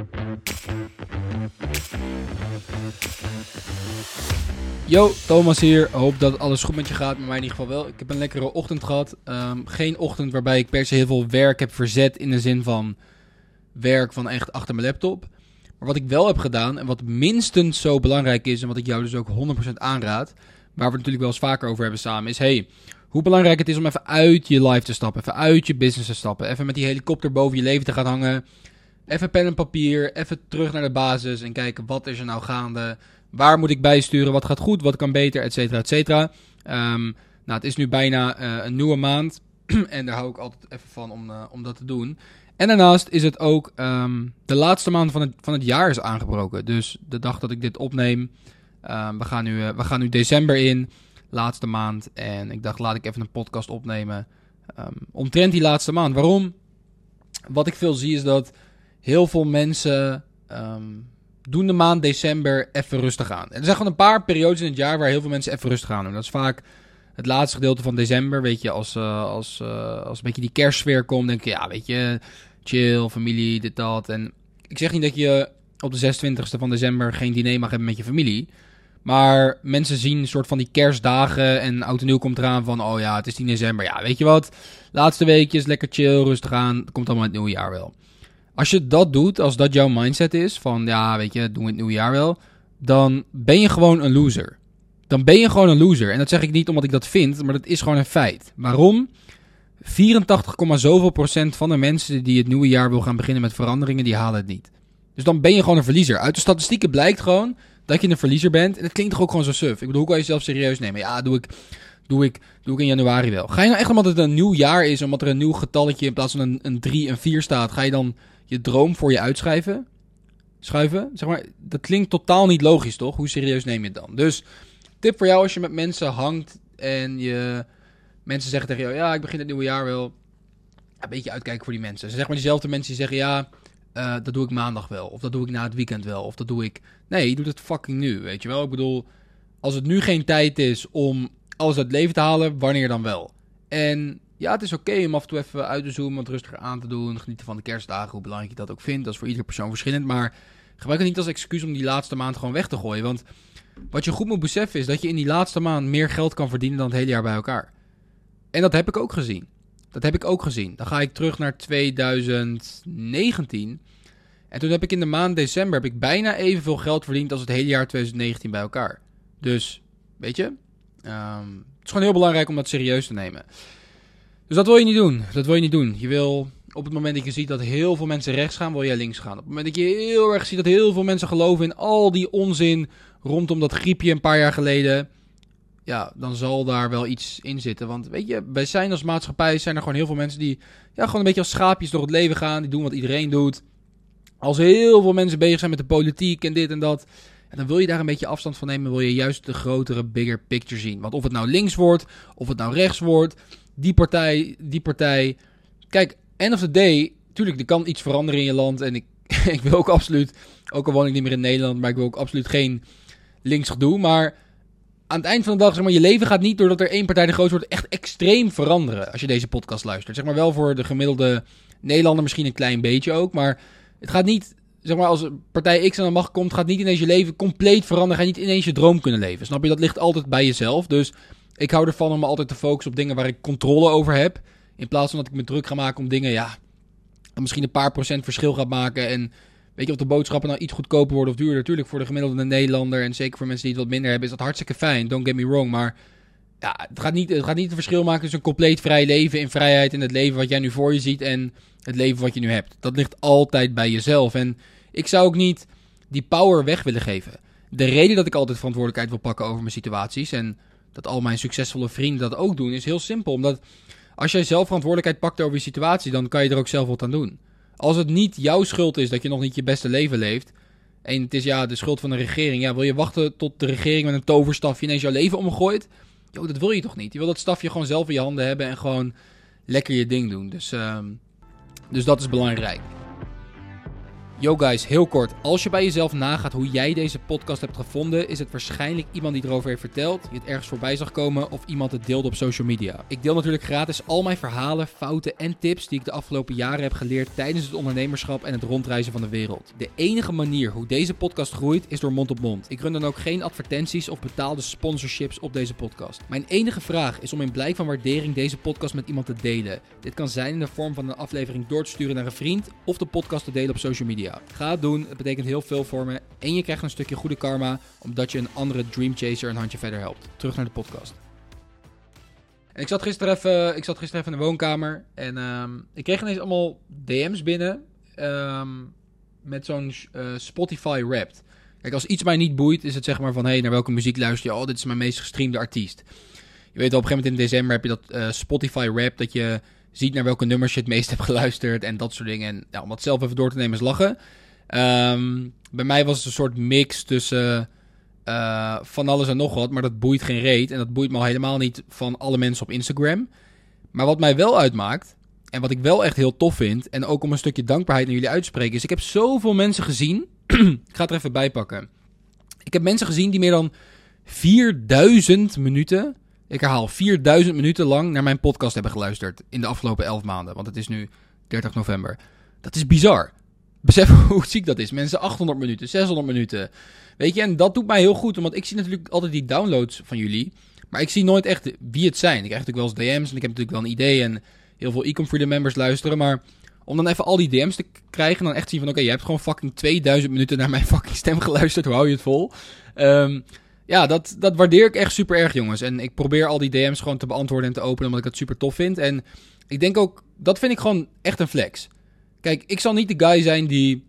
Yo, Thomas hier. Hoop dat alles goed met je gaat. Met mij in ieder geval wel. Ik heb een lekkere ochtend gehad. Geen ochtend waarbij ik per se heel veel werk heb verzet in de zin van werk van echt achter mijn laptop. Maar wat ik wel heb gedaan en wat minstens zo belangrijk is en wat ik jou dus ook 100% aanraad, waar we het natuurlijk wel eens vaker over hebben samen, is hoe belangrijk het is om even uit je life te stappen, even uit je business te stappen, even met die helikopter boven je leven te gaan hangen, even pen en papier, even terug naar de basis en kijken wat is er nou gaande, waar moet ik bijsturen, wat gaat goed, wat kan beter, et cetera, et cetera. Het is nu bijna een nieuwe maand en daar hou ik altijd even van om dat te doen. En daarnaast is het ook de laatste maand van het jaar is aangebroken. Dus de dag dat ik dit opneem, we gaan nu december in, laatste maand. En ik dacht, laat ik even een podcast opnemen omtrent die laatste maand. Waarom? Wat ik veel zie is dat heel veel mensen doen de maand december even rustig aan. En er zijn gewoon een paar periodes in het jaar waar heel veel mensen even rustig aan doen. Dat is vaak het laatste gedeelte van december, weet je, als een beetje die kerstsfeer komt, denk je, ja, weet je, chill, familie, dit, dat. En ik zeg niet dat je op de 26e van december geen diner mag hebben met je familie. Maar mensen zien een soort van die kerstdagen en oud en nieuw komt eraan van, oh ja, het is 10 december. Ja, weet je wat, laatste weekjes, lekker chill, rustig aan, het komt allemaal in het nieuwe jaar wel. Als je dat doet, als dat jouw mindset is, van ja, weet je, doen we in het nieuwe jaar wel, dan ben je gewoon een loser. Dan ben je gewoon een loser. En dat zeg ik niet omdat ik dat vind, maar dat is gewoon een feit. Waarom? 84,zoveel% van de mensen die het nieuwe jaar wil gaan beginnen met veranderingen, die halen het niet. Dus dan ben je gewoon een verliezer. Uit de statistieken blijkt gewoon dat je een verliezer bent. En dat klinkt toch ook gewoon zo suf. Ik bedoel, hoe kan je jezelf serieus nemen? Ja, doe ik in januari wel. Ga je nou echt omdat het een nieuw jaar is, omdat er een nieuw getalletje in plaats van een 3 en 4 staat, ga je dan je droom voor je uitschuiven? Zeg maar, dat klinkt totaal niet logisch, toch? Hoe serieus neem je het dan? Dus tip voor jou als je met mensen hangt en mensen zeggen tegen jou, ja, ik begin het nieuwe jaar wel. Een beetje uitkijken voor die mensen. Zeg maar diezelfde mensen die zeggen, ja, dat doe ik maandag wel. Of dat doe ik na het weekend wel. Of dat doe ik... Nee, je doet het fucking nu, weet je wel. Ik bedoel, als het nu geen tijd is om alles uit het leven te halen, wanneer dan wel? En ja, het is oké om af en toe even uit te zoomen, wat rustiger aan te doen, genieten van de kerstdagen, hoe belangrijk je dat ook vindt. Dat is voor iedere persoon verschillend, maar gebruik het niet als excuus om die laatste maand gewoon weg te gooien. Want wat je goed moet beseffen is dat je in die laatste maand meer geld kan verdienen dan het hele jaar bij elkaar. En dat heb ik ook gezien. Dan ga ik terug naar 2019. En toen heb ik in de maand december bijna evenveel geld verdiend als het hele jaar 2019 bij elkaar. Dus, weet je, het is gewoon heel belangrijk om dat serieus te nemen. Dus dat wil je niet doen. Je wil, op het moment dat je ziet dat heel veel mensen rechts gaan, wil jij links gaan. Op het moment dat je heel erg ziet dat heel veel mensen geloven in al die onzin rondom dat griepje een paar jaar geleden, ja, dan zal daar wel iets in zitten. Want weet je, wij zijn als maatschappij, zijn er gewoon heel veel mensen die gewoon een beetje als schaapjes door het leven gaan. Die doen wat iedereen doet. Als heel veel mensen bezig zijn met de politiek en dit en dat, en dan wil je daar een beetje afstand van nemen. Wil je juist de grotere, bigger picture zien. Want of het nou links wordt, of het nou rechts wordt, die partij. Kijk, end of the day, tuurlijk, er kan iets veranderen in je land. En ik wil ook absoluut, ook al woon ik niet meer in Nederland, maar ik wil ook absoluut geen links gedoe. Maar aan het eind van de dag, zeg maar, je leven gaat niet doordat er één partij de grootste wordt echt extreem veranderen als je deze podcast luistert. Zeg maar wel voor de gemiddelde Nederlander misschien een klein beetje ook, maar het gaat niet, zeg maar, als partij X aan de macht komt, gaat niet ineens je leven compleet veranderen. Ga je niet ineens je droom kunnen leven. Snap je? Dat ligt altijd bij jezelf. Dus ik hou ervan om me altijd te focussen op dingen waar ik controle over heb. In plaats van dat ik me druk ga maken om dingen, ja, dat misschien een paar procent verschil gaat maken. En weet je, of de boodschappen nou iets goedkoper worden of duurder. Natuurlijk voor de gemiddelde Nederlander en zeker voor mensen die het wat minder hebben, is dat hartstikke fijn. Don't get me wrong. Maar ja, het gaat niet het verschil maken tussen een compleet vrij leven in vrijheid en het leven wat jij nu voor je ziet en het leven wat je nu hebt. Dat ligt altijd bij jezelf. En ik zou ook niet die power weg willen geven. De reden dat ik altijd verantwoordelijkheid wil pakken over mijn situaties en dat al mijn succesvolle vrienden dat ook doen, is heel simpel. Omdat als jij zelf verantwoordelijkheid pakt over je situatie, dan kan je er ook zelf wat aan doen. Als het niet jouw schuld is dat je nog niet je beste leven leeft, en het is ja de schuld van de regering, ja, wil je wachten tot de regering met een toverstafje ineens jouw leven omgooit? Jo, dat wil je toch niet? Je wil dat stafje gewoon zelf in je handen hebben en gewoon lekker je ding doen. Dus dat is belangrijk. Yo guys, heel kort. Als je bij jezelf nagaat hoe jij deze podcast hebt gevonden, is het waarschijnlijk iemand die erover heeft verteld, je het ergens voorbij zag komen of iemand het deelde op social media. Ik deel natuurlijk gratis al mijn verhalen, fouten en tips die ik de afgelopen jaren heb geleerd tijdens het ondernemerschap en het rondreizen van de wereld. De enige manier hoe deze podcast groeit is door mond op mond. Ik run dan ook geen advertenties of betaalde sponsorships op deze podcast. Mijn enige vraag is om in blijk van waardering deze podcast met iemand te delen. Dit kan zijn in de vorm van een aflevering door te sturen naar een vriend of de podcast te delen op social media. Ga het doen, het betekent heel veel voor me en je krijgt een stukje goede karma omdat je een andere Dream Chaser een handje verder helpt. Terug naar de podcast. En ik zat gisteren even in de woonkamer en ik kreeg ineens allemaal DM's binnen met zo'n Spotify Wrapped. Kijk, als iets mij niet boeit is het zeg maar van hey, naar welke muziek luister je? Oh, dit is mijn meest gestreamde artiest. Je weet wel, op een gegeven moment in december heb je dat Spotify Wrapped dat je ziet naar welke nummers je het meest hebt geluisterd en dat soort dingen. En ja, om dat zelf even door te nemen is lachen. Bij mij was het een soort mix tussen van alles en nog wat, maar dat boeit geen reet. En dat boeit me al helemaal niet van alle mensen op Instagram. Maar wat mij wel uitmaakt, en wat ik wel echt heel tof vind, en ook om een stukje dankbaarheid naar jullie uit te spreken, is ik heb zoveel mensen gezien. Ik ga het er even bij pakken. Ik heb mensen gezien die meer dan 4000 minuten... Ik herhaal, 4000 minuten lang naar mijn podcast hebben geluisterd in de afgelopen 11 maanden. Want het is nu 30 november. Dat is bizar. Besef hoe ziek dat is. Mensen 800 minuten, 600 minuten. Weet je, en dat doet mij heel goed. Want ik zie natuurlijk altijd die downloads van jullie. Maar ik zie nooit echt wie het zijn. Ik krijg natuurlijk wel eens DM's en ik heb natuurlijk wel een idee. En heel veel Ecom Freedom members luisteren. Maar om dan even al die DM's te krijgen en dan echt zien van oké, je hebt gewoon fucking 2000 minuten naar mijn fucking stem geluisterd. Hoe hou je het vol? Ja, dat waardeer ik echt super erg, jongens. En ik probeer al die DM's gewoon te beantwoorden en te openen, omdat ik het super tof vind. En ik denk ook, dat vind ik gewoon echt een flex. Kijk, ik zal niet de guy zijn die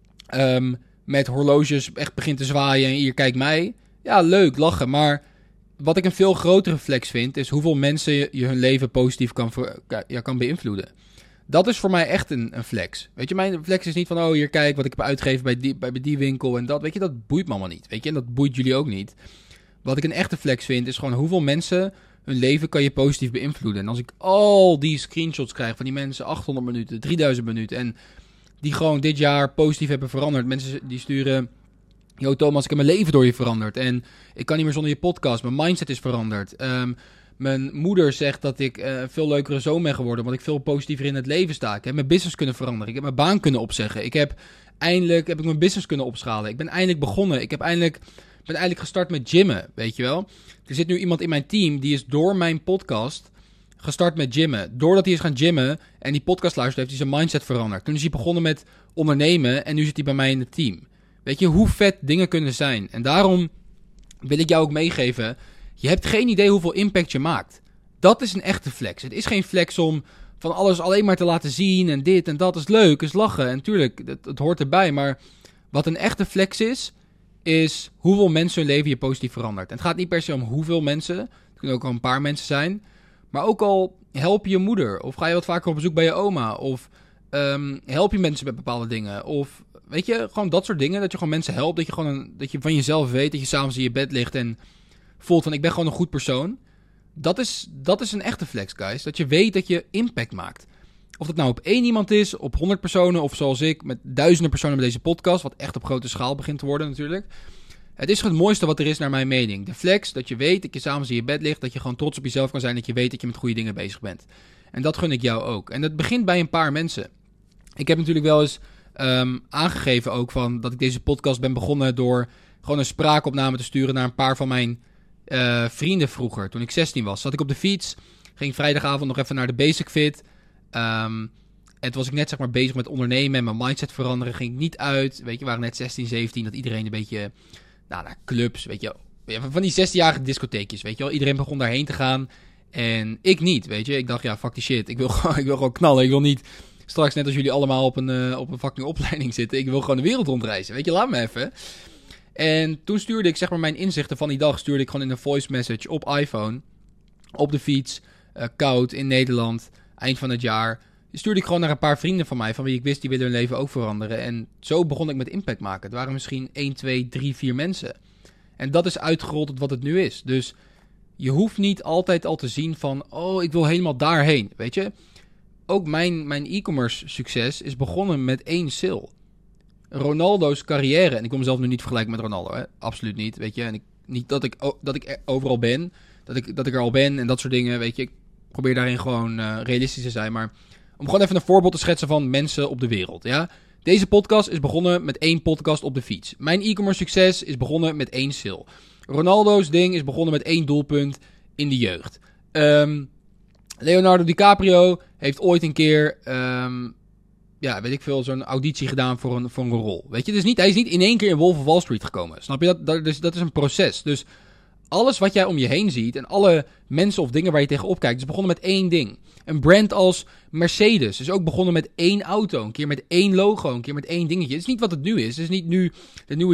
met horloges echt begint te zwaaien en hier, kijk mij. Ja, leuk, lachen. Maar wat ik een veel grotere flex vind, is hoeveel mensen je hun leven positief kan beïnvloeden. Dat is voor mij echt een flex. Weet je, mijn flex is niet van, oh, hier kijk wat ik heb uitgegeven bij die winkel en dat. Weet je, dat boeit me allemaal niet. Weet je, en dat boeit jullie ook niet. Wat ik een echte flex vind, is gewoon hoeveel mensen hun leven kan je positief beïnvloeden. En als ik al die screenshots krijg van die mensen, 800 minuten, 3000 minuten, en die gewoon dit jaar positief hebben veranderd. Mensen die sturen, yo Thomas, ik heb mijn leven door je veranderd. En ik kan niet meer zonder je podcast. Mijn mindset is veranderd. Mijn moeder zegt dat ik een veel leukere zoon ben geworden, omdat ik veel positiever in het leven sta. Ik heb mijn business kunnen veranderen. Ik heb mijn baan kunnen opzeggen. Ik heb eindelijk mijn business kunnen opschalen. Ik ben eindelijk begonnen. Ik ben eindelijk gestart met gymmen, weet je wel. Er zit nu iemand in mijn team, die is door mijn podcast gestart met gymmen. Doordat hij is gaan gymmen en die podcast luistert, heeft hij zijn mindset veranderd. Toen is hij begonnen met ondernemen en nu zit hij bij mij in het team. Weet je hoe vet dingen kunnen zijn? En daarom wil ik jou ook meegeven, je hebt geen idee hoeveel impact je maakt. Dat is een echte flex. Het is geen flex om van alles alleen maar te laten zien en dit en dat is leuk, is lachen. En tuurlijk, het hoort erbij. Maar wat een echte flex is hoeveel mensen hun leven je positief verandert. En het gaat niet per se om hoeveel mensen. Het kunnen ook al een paar mensen zijn. Maar ook al help je moeder. Of ga je wat vaker op bezoek bij je oma. Of help je mensen met bepaalde dingen. Of weet je, gewoon dat soort dingen. Dat je gewoon mensen helpt. Dat je van jezelf weet dat je s'avonds in je bed ligt en voelt van ik ben gewoon een goed persoon. Dat is een echte flex, guys. Dat je weet dat je impact maakt. Of dat nou op 1 iemand is, op 100 personen of zoals ik met duizenden personen met deze podcast, wat echt op grote schaal begint te worden natuurlijk. Het is het mooiste wat er is naar mijn mening. De flex, dat je weet dat je s'avonds in je bed ligt, dat je gewoon trots op jezelf kan zijn, dat je weet dat je met goede dingen bezig bent. En dat gun ik jou ook. En dat begint bij een paar mensen. Ik heb natuurlijk wel eens aangegeven ook van dat ik deze podcast ben begonnen door gewoon een spraakopname te sturen naar een paar van mijn vrienden vroeger. Toen ik 16 was, zat ik op de fiets, ging vrijdagavond nog even naar de Basic Fit. En toen was ik net zeg maar bezig met ondernemen en mijn mindset veranderen. Ging ik niet uit. Weet je, waren net 16, 17. Dat iedereen een beetje naar clubs, weet je. Van die 16-jarige discotheekjes, weet je wel. Iedereen begon daarheen te gaan. En ik niet, weet je. Ik dacht, ja, fuck die shit. Ik wil gewoon knallen. Ik wil niet straks net als jullie allemaal op een fucking opleiding zitten. Ik wil gewoon de wereld rondreizen. Weet je, laat me even. En toen stuurde ik zeg maar mijn inzichten van die dag. Stuurde ik gewoon in een voice message op iPhone. Op de fiets. Koud in Nederland. Eind van het jaar. Stuurde ik gewoon naar een paar vrienden van mij, van wie ik wist die willen hun leven ook veranderen. En zo begon ik met impact maken. Het waren misschien 1, 2, 3, 4 mensen. En dat is uitgerold tot wat het nu is. Dus je hoeft niet altijd al te zien van, oh, ik wil helemaal daarheen. Weet je, ook mijn e-commerce succes is begonnen met 1 sale. Ronaldo's carrière, en ik wil mezelf nu niet vergelijken met Ronaldo, hè? Absoluut niet, weet je. En niet dat ik er overal ben, dat ik er al ben en dat soort dingen, weet je. Ik probeer daarin gewoon realistisch te zijn, maar om gewoon even een voorbeeld te schetsen van mensen op de wereld, ja. Deze podcast is begonnen met 1 podcast op de fiets. Mijn e-commerce succes is begonnen met 1 sale. Ronaldo's ding is begonnen met 1 doelpunt in de jeugd. Leonardo DiCaprio heeft ooit een keer, weet ik veel, zo'n auditie gedaan voor een rol. Weet je, dus hij is niet in één keer in Wolf of Wall Street gekomen. Snap je dat? Dus dat is een proces. Dus alles wat jij om je heen ziet en alle mensen of dingen waar je tegenop kijkt, is begonnen met 1 ding. Een brand als Mercedes is ook begonnen met 1 auto. Een keer met 1 logo, een keer met 1 dingetje. Het is niet wat het nu is. Het is niet nu de nieuwe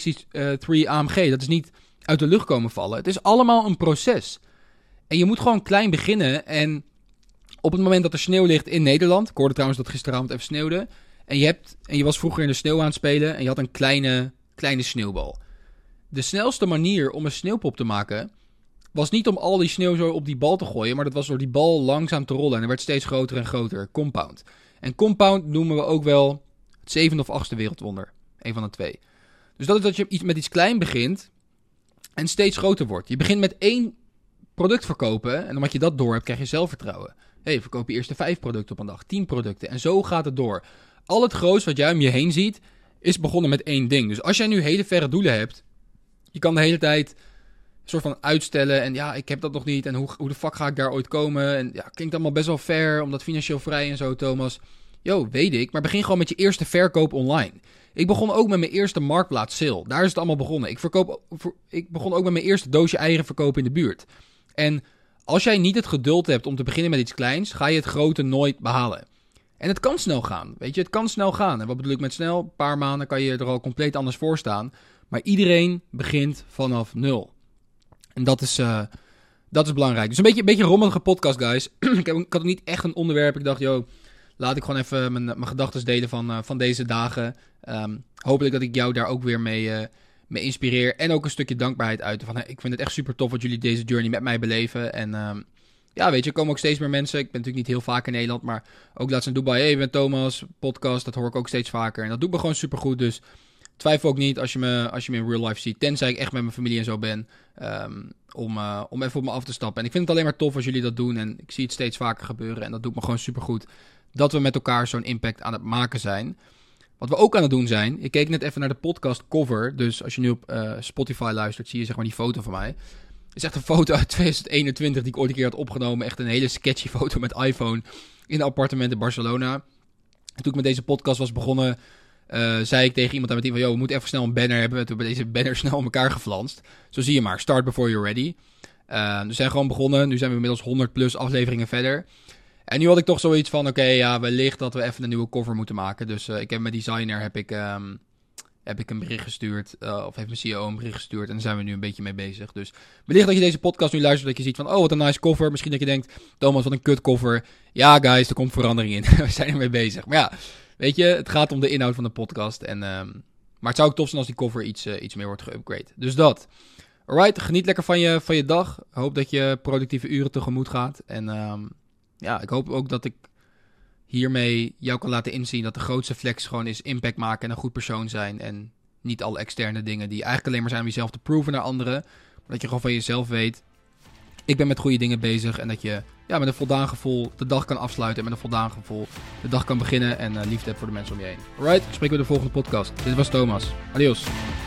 G63 AMG. Dat is niet uit de lucht komen vallen. Het is allemaal een proces. En je moet gewoon klein beginnen. En op het moment dat er sneeuw ligt in Nederland. Ik hoorde trouwens dat gisteravond even sneeuwde. En je was vroeger in de sneeuw aan het spelen. En je had een kleine sneeuwbal. De snelste manier om een sneeuwpop te maken was niet om al die sneeuw zo op die bal te gooien, maar dat was door die bal langzaam te rollen. En er werd steeds groter en groter. Compound. En compound noemen we ook wel het 7e of 8e wereldwonder. Een van de 2. Dus dat is dat je met iets klein begint en steeds groter wordt. Je begint met 1 product verkopen en omdat je dat door hebt, krijg je zelfvertrouwen. Verkoop je eerst de 5 producten op een dag, 10 producten. En zo gaat het door. Al het groots wat jij om je heen ziet, is begonnen met 1 ding. Dus als jij nu hele verre doelen hebt, je kan de hele tijd soort van uitstellen en ja, ik heb dat nog niet en hoe de fuck ga ik daar ooit komen en ja, klinkt allemaal best wel fair, omdat financieel vrij en zo, Thomas. Weet ik, maar begin gewoon met je eerste verkoop online. Ik begon ook met mijn eerste marktplaats sale. Daar is het allemaal begonnen. Ik begon ook met mijn eerste doosje eieren verkopen in de buurt. En als jij niet het geduld hebt om te beginnen met iets kleins, ga je het grote nooit behalen. En het kan snel gaan, weet je, het kan snel gaan. En wat bedoel ik met snel? Een paar maanden kan je er al compleet anders voor staan. Maar iedereen begint vanaf 0. En dat is belangrijk. Dus een beetje een rommelige podcast, guys. Ik had ook niet echt een onderwerp. Ik dacht, laat ik gewoon even mijn gedachten delen van deze dagen. Hopelijk dat ik jou daar ook weer mee inspireer. En ook een stukje dankbaarheid uit. Ik vind het echt super tof wat jullie deze journey met mij beleven. En weet je, er komen ook steeds meer mensen. Ik ben natuurlijk niet heel vaak in Nederland, maar ook laatst in Dubai. Hey, ik ben Thomas, podcast, dat hoor ik ook steeds vaker. En dat doet me gewoon super goed, dus twijfel ook niet als je me in real life ziet. Tenzij ik echt met mijn familie en zo ben. Om even op me af te stappen. En ik vind het alleen maar tof als jullie dat doen. En ik zie het steeds vaker gebeuren. En dat doet me gewoon super goed. Dat we met elkaar zo'n impact aan het maken zijn. Wat we ook aan het doen zijn. Ik keek net even naar de podcast cover. Dus als je nu op Spotify luistert, zie je zeg maar die foto van mij. Het is echt een foto uit 2021 die ik ooit een keer had opgenomen. Echt een hele sketchy foto met iPhone. In een appartement in Barcelona. En toen ik met deze podcast was begonnen, zei ik tegen iemand aan mijn team van, we moeten even snel een banner hebben. En toen hebben we deze banner snel in elkaar geflanst. Zo zie je maar, start before you're ready. Dus we zijn gewoon begonnen. Nu zijn we inmiddels 100 plus afleveringen verder. En nu had ik toch zoiets van, wellicht dat we even een nieuwe cover moeten maken. Dus ik heb mijn designer, heb ik een bericht gestuurd. Of heeft mijn CEO een bericht gestuurd. En daar zijn we nu een beetje mee bezig. Dus wellicht dat je deze podcast nu luistert, dat je ziet van, wat een nice cover. Misschien dat je denkt, Thomas, wat een kut cover. Ja, guys, er komt verandering in. We zijn ermee bezig. Maar ja, weet je, het gaat om de inhoud van de podcast. Maar het zou ook tof zijn als die cover iets meer wordt geupgrade. Dus dat. Alright, geniet lekker van je dag. Hoop dat je productieve uren tegemoet gaat. En ik hoop ook dat ik hiermee jou kan laten inzien dat de grootste flex gewoon is impact maken en een goed persoon zijn. En niet alle externe dingen die eigenlijk alleen maar zijn om jezelf te proven naar anderen. Maar dat je gewoon van jezelf weet, ik ben met goede dingen bezig. En dat je met een voldaan gevoel de dag kan afsluiten. En met een voldaan gevoel de dag kan beginnen. En liefde hebt voor de mensen om je heen. Alright, ik spreek weer de volgende podcast. Dit was Thomas. Adios.